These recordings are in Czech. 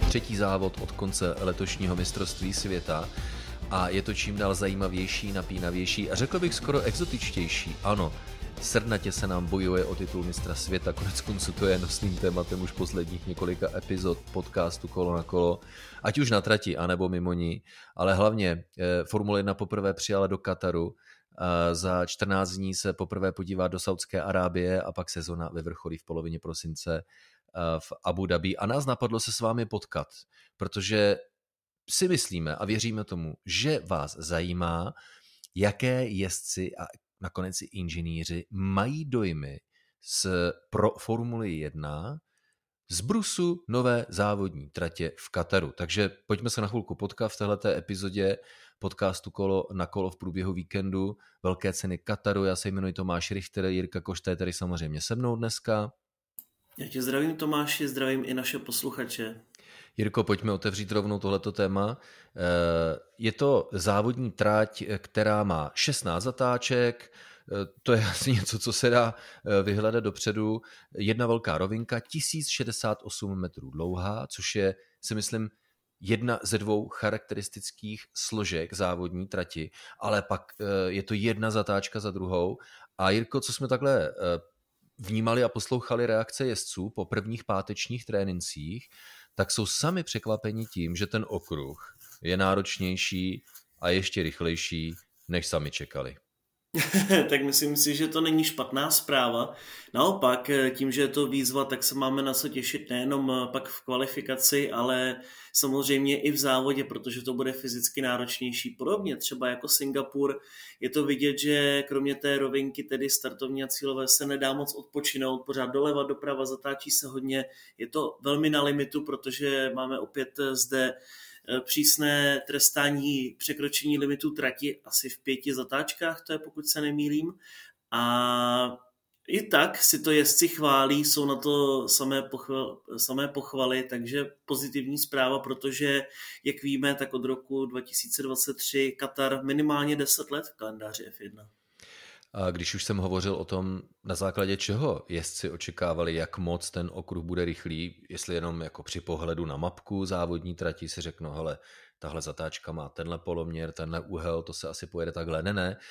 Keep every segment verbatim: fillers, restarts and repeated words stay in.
třetí závod od konce letošního mistrovství světa a je to čím dál zajímavější, napínavější a řekl bych skoro exotičtější. Ano, srdnatě se nám bojuje o titul mistra světa, konec konců to je nosným tématem už posledních několika epizod podcastu Kolo na kolo, ať už na trati, anebo mimo ní, ale hlavně eh, Formule jedna poprvé přijala do Kataru, eh, za čtrnáct dní se poprvé podívá do Saudské Arábie a pak sezona vyvrcholí v polovině prosince eh, v Abu Dhabi a nás napadlo se s vámi potkat, protože si myslíme a věříme tomu, že vás zajímá, jaké jezdci a nakonec i inženýři mají dojmy z pro Formuli jedna z brusu nové závodní tratě v Kataru. Takže pojďme se na chvilku potkat v téhleté epizodě podcastu Kolo na kolo v průběhu víkendu Velké ceny Kataru. Já se jmenuji Tomáš Richter, Jirka Košta je tady samozřejmě se mnou dneska. Já tě zdravím, Tomáši, zdravím i naše posluchače. Jirko, pojďme otevřít rovnou tohleto téma. Je to závodní trať, která má šestnáct zatáček, to je asi něco, co se dá vyhledat dopředu. Jedna velká rovinka, tisíc šedesát osm metrů dlouhá, což je, si myslím, jedna ze dvou charakteristických složek závodní trati, ale pak je to jedna zatáčka za druhou. A Jirko, co jsme takhle vnímali a poslouchali reakce jezdců po prvních pátečních trénincích, tak jsou sami překvapeni tím, že ten okruh je náročnější a ještě rychlejší, než sami čekali. Tak myslím si, že to není špatná zpráva. Naopak, tím, že je to výzva, tak se máme na co těšit nejenom pak v kvalifikaci, ale samozřejmě i v závodě, protože to bude fyzicky náročnější. Podobně třeba jako Singapur, je to vidět, že kromě té rovinky, tedy startovní a cílové, se nedá moc odpočinout, pořád doleva, doprava, zatáčí se hodně. Je to velmi na limitu, protože máme opět zde přísné trestání překročení limitu trati asi v pěti zatáčkách, to je pokud se nemýlím. A i tak si to jezdci chválí, jsou na to samé, pochval, samé pochvaly, takže pozitivní zpráva, protože, jak víme, tak od roku dva tisíce dvacet tři Katar minimálně deset let v kalendáři F jedna. A když už jsem hovořil o tom, na základě čeho jezdci očekávali, jak moc ten okruh bude rychlý, jestli jenom jako při pohledu na mapku závodní trati si řeknou, hele, tahle zatáčka má tenhle poloměr, tenhle úhel, to se asi pojede takhle. Ne, ne.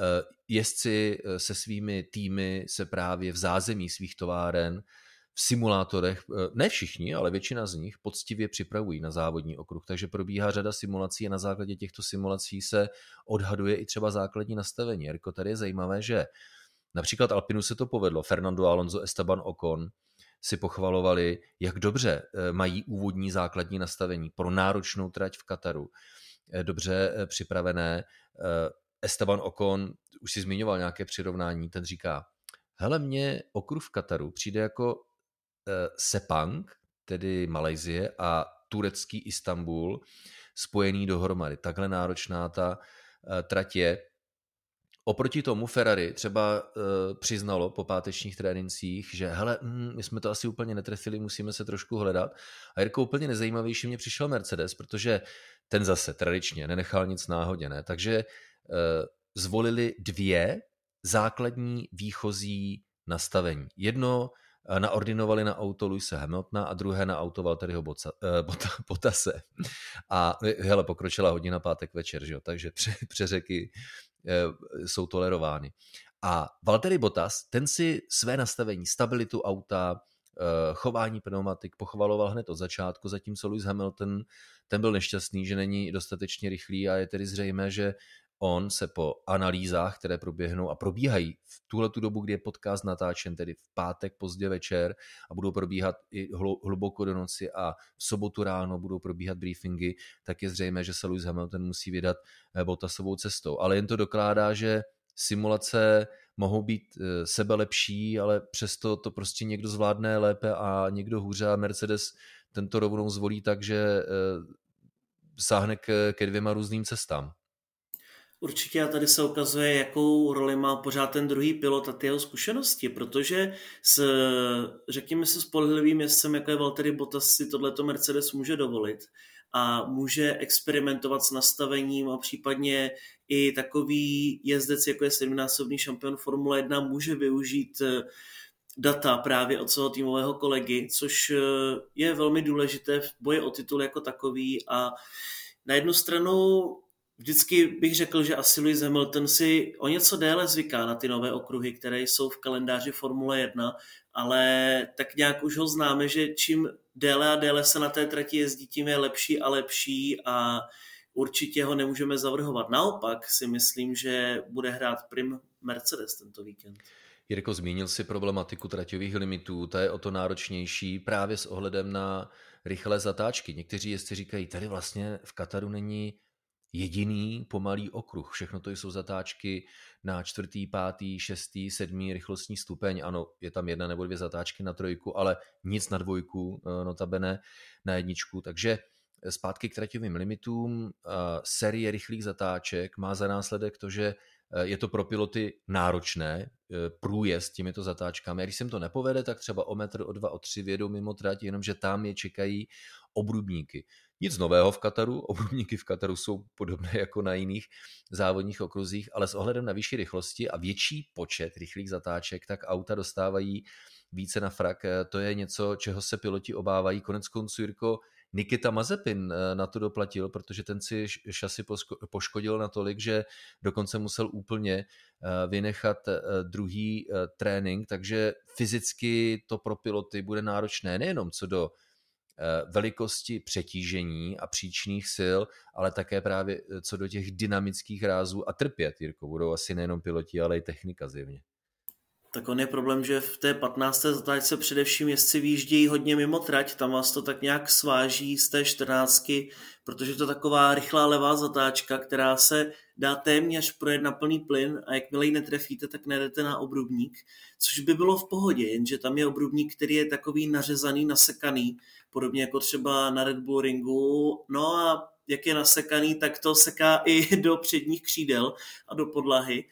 Jezdci se svými týmy se právě v zázemí svých továren v simulátorech, ne všichni, ale většina z nich poctivě připravují na závodní okruh, takže probíhá řada simulací a na základě těchto simulací se odhaduje i třeba základní nastavení. Jirko, tady je zajímavé, že například Alpinu se to povedlo, Fernando Alonso, Esteban Ocon si pochvalovali, jak dobře mají úvodní základní nastavení pro náročnou trať v Kataru. Dobře připravené. Esteban Ocon, už si zmiňoval nějaké přirovnání, ten říká, hele, mně okruh v Kataru přijde jako Sepang, tedy Malajsie, a turecký Istanbul spojený dohromady. Takhle náročná ta trať je. Oproti tomu Ferrari třeba uh, přiznalo po pátečních trénincích, že hele, mm, my jsme to asi úplně netrefili, musíme se trošku hledat. A Jirko, úplně nezajímavější mě přišel Mercedes, protože ten zase tradičně nenechal nic náhodě, ne? Takže uh, zvolili dvě základní výchozí nastavení. Jedno naordinovali na auto Lewise Hamiltona a druhé na auto Valtteriho Bottase. A hele, pokročila hodina pátek večer, že jo? Takže pře, přeřeky e, jsou tolerovány. A Valtteri Bottas, ten si své nastavení, stabilitu auta, e, chování pneumatik pochvaloval hned od začátku, zatímco Lewis Hamilton, ten byl nešťastný, že není dostatečně rychlý a je tedy zřejmé, že on se po analýzách, které proběhnou a probíhají v tuhletu dobu, kdy je podcast natáčen, tedy v pátek pozdě večer a budou probíhat i hluboko do noci a v sobotu ráno budou probíhat briefingy, tak je zřejmé, že se Lewis Hamilton musí vydat Bottasovou cestou. Ale jen to dokládá, že simulace mohou být sebelepší, ale přesto to prostě někdo zvládne lépe a někdo hůře a Mercedes tento rovnou zvolí tak, že sáhne ke dvěma různým cestám. Určitě a tady se ukazuje, jakou roli má pořád ten druhý pilot a ty jeho zkušenosti, protože s, řekněme se, spolehlivým jezdcem, jako je Valtteri Bottas, si tohleto Mercedes může dovolit a může experimentovat s nastavením a případně i takový jezdec, jako je sedminásobný šampion Formule jedna, může využít data právě od svého týmového kolegy, což je velmi důležité v boji o titul jako takový. A na jednu stranu vždycky bych řekl, že asi Lewis Hamilton si o něco déle zvyká na ty nové okruhy, které jsou v kalendáři Formule jedna, ale tak nějak už ho známe, že čím déle a déle se na té trati jezdí, tím je lepší a lepší a určitě ho nemůžeme zavrhovat. Naopak si myslím, že bude hrát prim Mercedes tento víkend. Jirko, zmínil si problematiku traťových limitů, ta je o to náročnější právě s ohledem na rychlé zatáčky. Někteří jezdci říkají, tady vlastně v Kataru není jediný pomalý okruh. Všechno to jsou zatáčky na čtvrtý, pátý, šestý, sedmý rychlostní stupeň. Ano, je tam jedna nebo dvě zatáčky na trojku, ale nic na dvojku, notabene na jedničku. Takže zpátky k traťovým limitům. Série rychlých zatáček má za následek to, že je to pro piloty náročné průjezd těmito zatáčkami. A když se jim to nepovede, tak třeba o metr, o dva, o tři vědou mimo trať, jenomže tam je čekají obrubníky. Nic nového v Kataru, obrubníky v Kataru jsou podobné jako na jiných závodních okruzích, ale s ohledem na vyšší rychlosti a větší počet rychlých zatáček, tak auta dostávají více na frak. To je něco, čeho se piloti obávají. Konec konců, Jirko, Nikita Mazepin na to doplatil, protože ten si šasi poškodil natolik, že dokonce musel úplně vynechat druhý trénink, takže fyzicky to pro piloty bude náročné nejenom co do velikosti přetížení a příčných sil, ale také právě co do těch dynamických rázů a trpět, Jirko, budou asi nejenom piloti, ale i technika zjevně. Tak on je problém, že v té patnácté zatáčce především jezdci výjíždějí hodně mimo trať, tam vás to tak nějak sváží z té čtrnáctky, protože to je taková rychlá levá zatáčka, která se dá téměř projet na plný plyn a jakmile ji netrefíte, tak nejdete na obrubník, což by bylo v pohodě, jenže tam je obrubník, který je takový nařezaný, nasekaný, podobně jako třeba na Red Bull Ringu, no a jak je nasekaný, tak to seká i do předních křídel a do podlahy.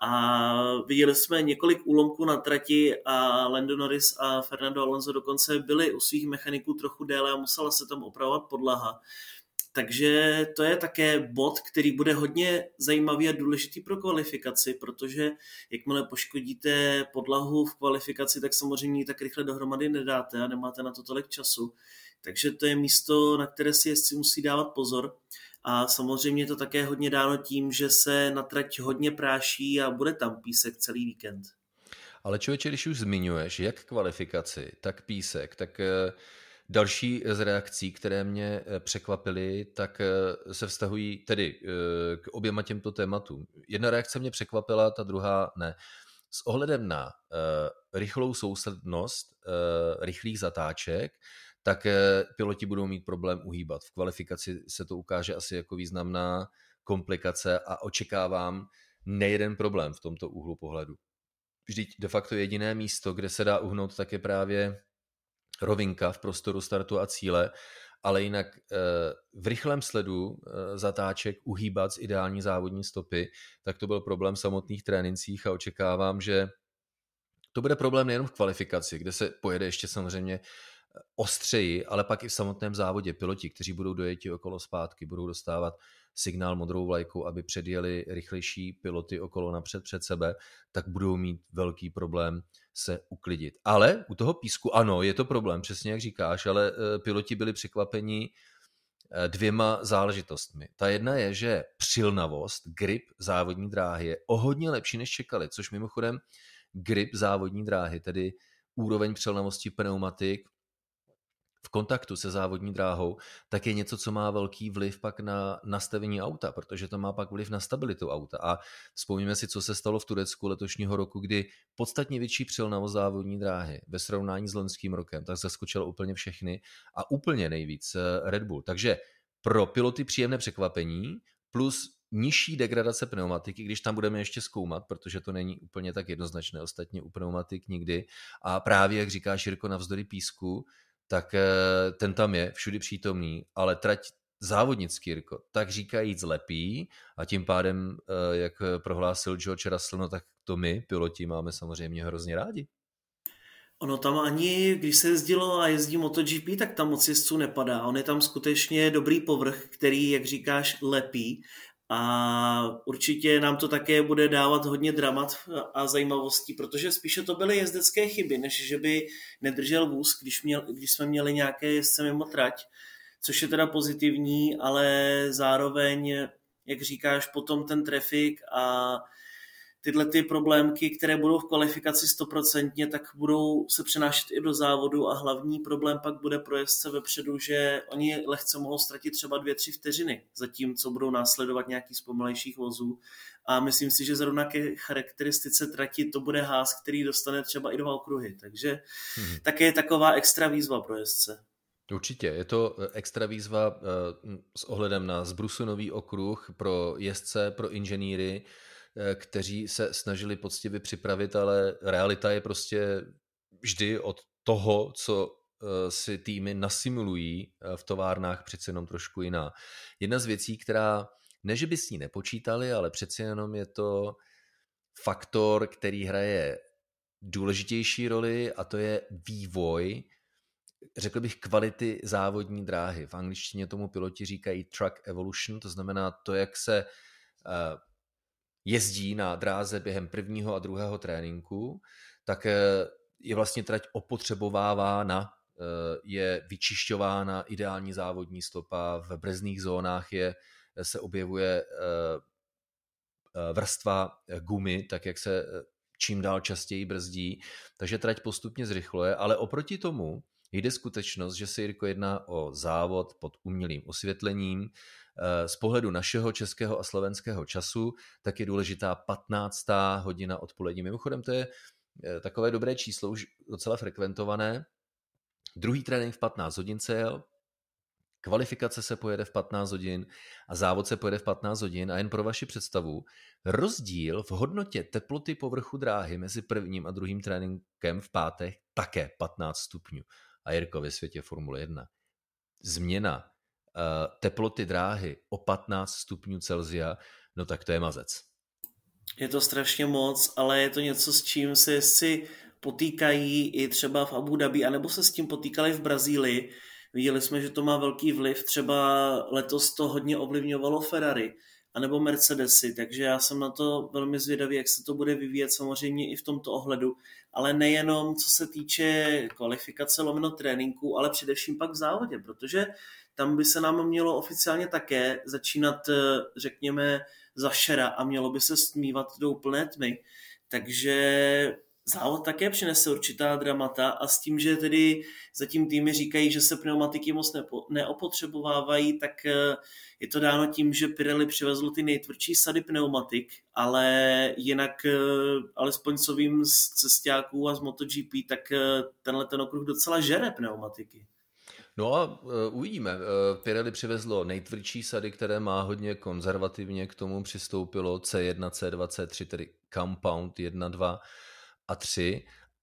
A viděli jsme několik úlomků na trati a Lando Norris a Fernando Alonso dokonce byli u svých mechaniků trochu déle a musela se tam opravovat podlaha. Takže to je také bod, který bude hodně zajímavý a důležitý pro kvalifikaci, protože jakmile poškodíte podlahu v kvalifikaci, tak samozřejmě ji tak rychle dohromady nedáte a nemáte na to tolik času. Takže to je místo, na které si jezdci musí dávat pozor. A samozřejmě je to také hodně dáno tím, že se na trať hodně práší a bude tam písek celý víkend. Ale člověče, když už zmiňuješ jak kvalifikaci, tak písek, tak další z reakcí, které mě překvapily, tak se vztahují tedy k oběma těmto tématům. Jedna reakce mě překvapila, ta druhá ne. S ohledem na rychlou souslednost rychlých zatáček, tak piloti budou mít problém uhýbat. V kvalifikaci se to ukáže asi jako významná komplikace a očekávám nejeden problém v tomto úhlu pohledu. Vždyť de facto jediné místo, kde se dá uhnout, tak je právě rovinka v prostoru startu a cíle, ale jinak v rychlém sledu zatáček uhýbat z ideální závodní stopy, tak to byl problém v samotných trénincích a očekávám, že to bude problém nejen v kvalifikaci, kde se pojede ještě samozřejmě ostřeji, ale pak i v samotném závodě piloti, kteří budou dojeti okolo zpátky, budou dostávat signál modrou vlajkou, aby předjeli rychlejší piloty okolo napřed před sebe, tak budou mít velký problém se uklidit. Ale u toho písku, ano, je to problém, přesně jak říkáš, ale piloti byli překvapeni dvěma záležitostmi. Ta jedna je, že přilnavost, grip závodní dráhy je o hodně lepší, než čekali, což mimochodem grip závodní dráhy, tedy úroveň přilnavosti pneumatik v kontaktu se závodní dráhou, tak je něco, co má velký vliv pak na nastavení auta, protože to má pak vliv na stabilitu auta. A vzpomíme si, co se stalo v Turecku letošního roku, kdy podstatně větší přilnavost závodní dráhy ve srovnání s loňským rokem, tak zaskočilo úplně všechny a úplně nejvíc Red Bull. Takže pro piloty příjemné překvapení plus nižší degradace pneumatiky, když tam budeme ještě zkoumat, protože to není úplně tak jednoznačné ostatně u pneumatik nikdy. A právě, jak říká Jirko, navzdory písku, tak ten tam je všudy přítomný, ale trať závodnický, Jirko, tak říkajíc lepí a tím pádem, jak prohlásil George Russell, no tak to my, piloti, máme samozřejmě hrozně rádi. Ono tam ani, když se jezdilo a jezdí MotoGP, tak tam moc jezdců nepadá. On je tam skutečně dobrý povrch, který, jak říkáš, lepí. A určitě nám to také bude dávat hodně dramat a zajímavostí, protože spíše to byly jezdecké chyby, než že by nedržel vůz, když, měl, když jsme měli nějaké jezdce mimo trať, což je teda pozitivní, ale zároveň, jak říkáš, potom ten trafik a tyhle ty problémky, které budou v kvalifikaci stoprocentně, tak budou se přenášet i do závodu a hlavní problém pak bude pro jezdce vepředu, že oni lehce mohou ztratit třeba dvě, tři vteřiny, zatímco budou následovat nějaký z pomalejších vozů. A myslím si, že zrovna ke charakteristice trati to bude ház, který dostane třeba i dva okruhy. Takže hmm. také je taková extra výzva pro jezdce. Určitě, je to extra výzva s ohledem na zbrusunový okruh pro jezdce, pro inženýry, kteří se snažili poctivě připravit, ale realita je prostě vždy od toho, co si týmy nasimulují v továrnách, přeci jenom trošku jiná. Jedna z věcí, která, ne že by s ní nepočítali, ale přeci jenom je to faktor, který hraje důležitější roli, a to je vývoj, řekl bych, kvality závodní dráhy. V angličtině tomu piloti říkají track evolution, to znamená to, jak se jezdí na dráze během prvního a druhého tréninku, tak je vlastně trať opotřebovávána, je vyčišťována ideální závodní stopa, v brzdných zónách je, se objevuje vrstva gumy, tak jak se čím dál častěji brzdí, takže trať postupně zrychluje, ale oproti tomu jde skutečnost, že se, Jirko, jedná o závod pod umělým osvětlením. Z pohledu našeho českého a slovenského času tak je důležitá patnáctá hodina odpolední. Mimochodem to je takové dobré číslo, už docela frekventované. Druhý trénink v patnáct hodin se jel, kvalifikace se pojede v patnáct hodin a závod se pojede v patnáct hodin. A jen pro vaši představu, rozdíl v hodnotě teploty povrchu dráhy mezi prvním a druhým tréninkem v pátek také patnáct stupňů. A Jirko, ve světě Formule jedna změna uh, teploty dráhy o patnáct stupňů Celsia, no tak to je mazec. Je to strašně moc, ale je to něco, s čím se jezdci potýkají i třeba v Abu Dhabi, anebo se s tím potýkali v Brazílii. Viděli jsme, že to má velký vliv, třeba letos to hodně ovlivňovalo Ferrari, anebo Mercedesy, takže já jsem na to velmi zvědavý, jak se to bude vyvíjet samozřejmě i v tomto ohledu, ale nejenom co se týče kvalifikace lomeno tréninku, ale především pak v závodě, protože tam by se nám mělo oficiálně také začínat, řekněme, za šera a mělo by se stmívat do úplné tmy, takže závod také přinese určitá dramata a s tím, že tedy zatím týmy říkají, že se pneumatiky moc nepo, neopotřebovávají, tak je to dáno tím, že Pirelli přivezlo ty nejtvrdší sady pneumatik, ale jinak alespoň co vím z cestáků a z MotoGP, tak tenhle ten okruh docela žere pneumatiky. No a uh, uvidíme. Uh, Pirelli přivezlo nejtvrdší sady, které má hodně konzervativně, k tomu přistoupilo C jedna, C dva, C tři, tedy Compound jedna, dva a tři,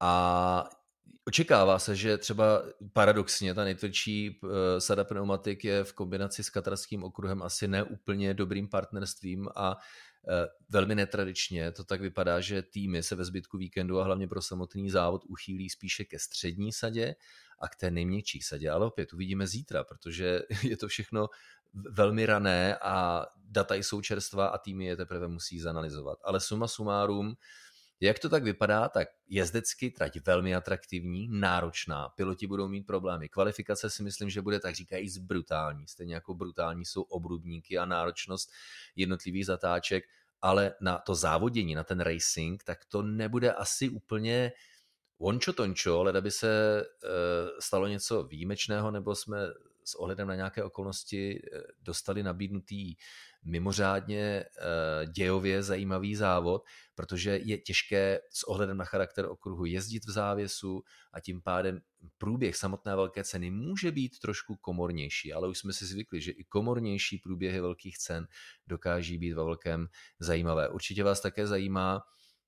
a očekává se, že třeba paradoxně ta nejtvrdší sada pneumatik je v kombinaci s katarským okruhem asi neúplně dobrým partnerstvím a velmi netradičně to tak vypadá, že týmy se ve zbytku víkendu a hlavně pro samotný závod uchýlí spíše ke střední sadě a k té nejměkčí sadě, ale opět uvidíme zítra, protože je to všechno velmi rané a data jsou čerstvá a týmy je teprve musí zanalyzovat. Ale suma sumárum, jak to tak vypadá, tak jezdecky trať velmi atraktivní, náročná, piloti budou mít problémy. Kvalifikace si myslím, že bude tak říkajíc brutální, stejně jako brutální jsou obrubníky a náročnost jednotlivých zatáček, ale na to závodění, na ten racing, tak to nebude asi úplně vončo tončo, ale aby se e, stalo něco výjimečného, nebo jsme s ohledem na nějaké okolnosti dostali nabídnutý mimořádně dějově zajímavý závod, protože je těžké s ohledem na charakter okruhu jezdit v závěsu a tím pádem průběh samotné velké ceny může být trošku komornější, ale už jsme si zvykli, že i komornější průběhy velkých cen dokáží být ve velkém zajímavé. Určitě vás také zajímá,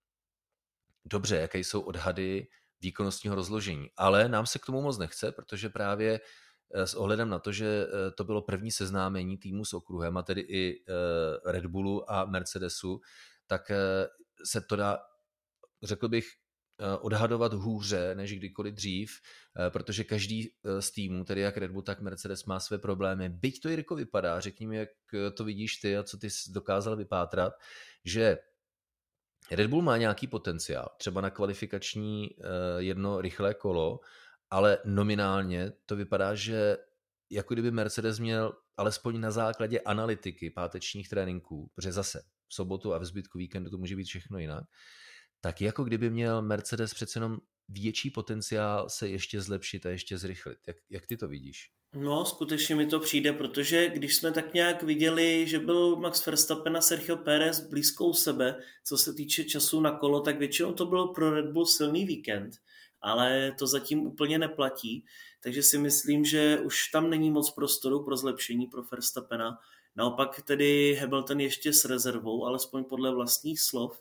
dobře, jaké jsou odhady výkonnostního rozložení, ale nám se k tomu moc nechce, protože právě s ohledem na to, že to bylo první seznámení týmu s okruhem, a tedy i Red Bullu a Mercedesu, tak se to dá, řekl bych, odhadovat hůře než kdykoliv dřív, protože každý z týmů, tedy jak Red Bull, tak Mercedes, má své problémy. Byť to, Jirko, vypadá, řekni mi, jak to vidíš ty a co ty jsi dokázal vypátrat, že Red Bull má nějaký potenciál, třeba na kvalifikační jedno rychlé kolo, ale nominálně to vypadá, že jako kdyby Mercedes měl alespoň na základě analytiky pátečních tréninků, protože zase v sobotu a v zbytku víkendu to může být všechno jinak, tak jako kdyby měl Mercedes přece jenom větší potenciál se ještě zlepšit a ještě zrychlit. Jak, jak ty to vidíš? No, skutečně mi to přijde, protože když jsme tak nějak viděli, že byl Max Verstappen a Sergio Pérez blízkou sebe, co se týče času na kolo, tak většinou to byl pro Red Bull silný víkend, ale to zatím úplně neplatí, takže si myslím, že už tam není moc prostoru pro zlepšení pro Verstappena. Naopak tedy Hamilton ještě s rezervou, alespoň podle vlastních slov,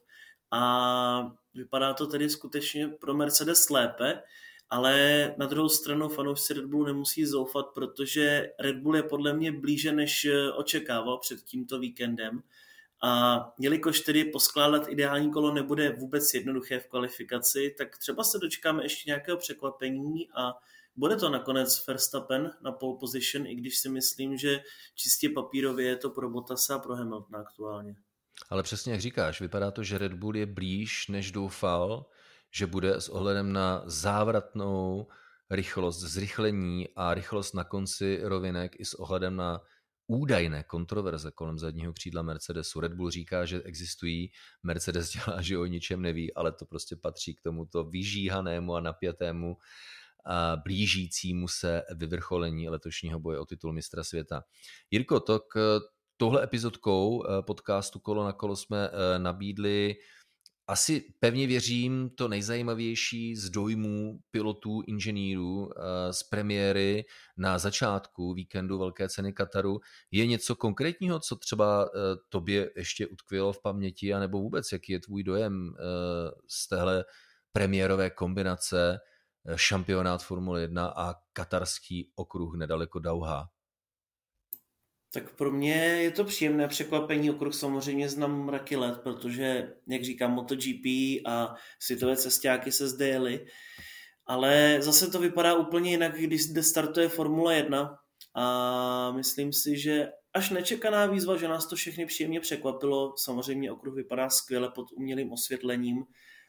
a vypadá to tedy skutečně pro Mercedes lépe, ale na druhou stranu fanoušci Red Bullu nemusí zoufat, protože Red Bull je podle mě blíže, než očekával před tímto víkendem. A jelikož tedy poskládat ideální kolo nebude vůbec jednoduché v kvalifikaci, tak třeba se dočkáme ještě nějakého překvapení a bude to nakonec Verstappen na pole position, i když si myslím, že čistě papírově je to pro Bottasa a pro Hamiltona aktuálně. Ale přesně jak říkáš, vypadá to, že Red Bull je blíž, než doufal, že bude s ohledem na závratnou rychlost, zrychlení a rychlost na konci rovinek i s ohledem na údajné kontroverze kolem zadního křídla Mercedesu. Red Bull říká, že existují, Mercedes dělá, že o ničem neví, ale to prostě patří k tomuto vyžíhanému a napjatému a blížícímu se vyvrcholení letošního boje o titul mistra světa. Jirko, tak touhle epizodkou podcastu Kolo na kolo jsme nabídli asi, pevně věřím, to nejzajímavější z dojmů pilotů, inženýrů z premiéry na začátku víkendu Velké ceny Kataru. Je něco konkrétního, co třeba tobě ještě utkvělo v paměti, anebo vůbec, jaký je tvůj dojem z téhle premiérové kombinace šampionát Formule jedna a katarský okruh nedaleko Dauhá? Tak pro mě je to příjemné překvapení, okruh samozřejmě znám mraky let, protože, jak říkám, MotoGP a světové cestáky se zde jeli, ale zase to vypadá úplně jinak, když zde startuje Formule jedna a myslím si, že až nečekaná výzva, že nás to všechny příjemně překvapilo, samozřejmě okruh vypadá skvěle pod umělým osvětlením,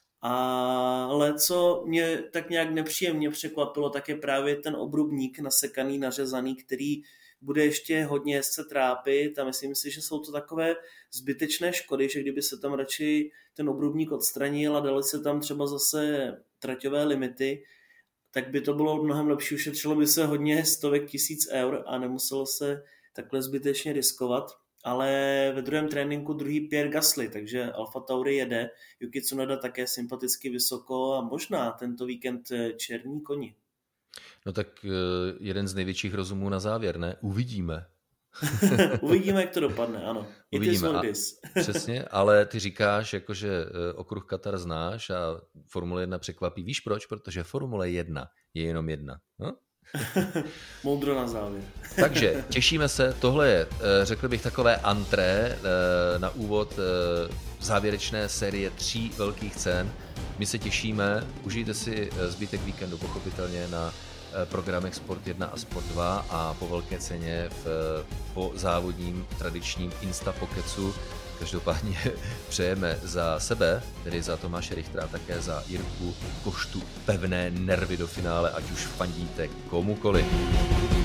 ale co mě tak nějak nepříjemně překvapilo, tak je právě ten obrubník nasekaný, nařezaný, který bude ještě hodně jezdce trápit a myslím si, že jsou to takové zbytečné škody, že kdyby se tam radši ten obrubník odstranil a dali se tam třeba zase traťové limity, tak by to bylo mnohem lepší, ušetřilo by se hodně stovek tisíc eur a nemuselo se takhle zbytečně riskovat. Ale ve druhém tréninku druhý Pierre Gasly, takže Alfa Tauri jede, Yuki Tsunoda také sympaticky vysoko a možná tento víkend černí koni. No tak jeden z největších rozumů na závěr, ne? Uvidíme. Uvidíme, jak to dopadne, ano. Uvidíme. A, přesně, ale ty říkáš, jakože okruh Katar znáš a Formule jedna překvapí. Víš proč? Protože Formule jedna je jenom jedna. No? Moudro na závěr. Takže těšíme se, tohle je, řekl bych, takové antré na úvod závěrečné série tří velkých cen. My se těšíme, užijte si zbytek víkendu pochopitelně na programech Sport jedna a Sport dva a po velké ceně v, po závodním tradičním Instapokecu. Každopádně přejeme za sebe, tedy za Tomáše Richtera a také za Jirku Koštu pevné nervy do finále, ať už fandíte komukoliv.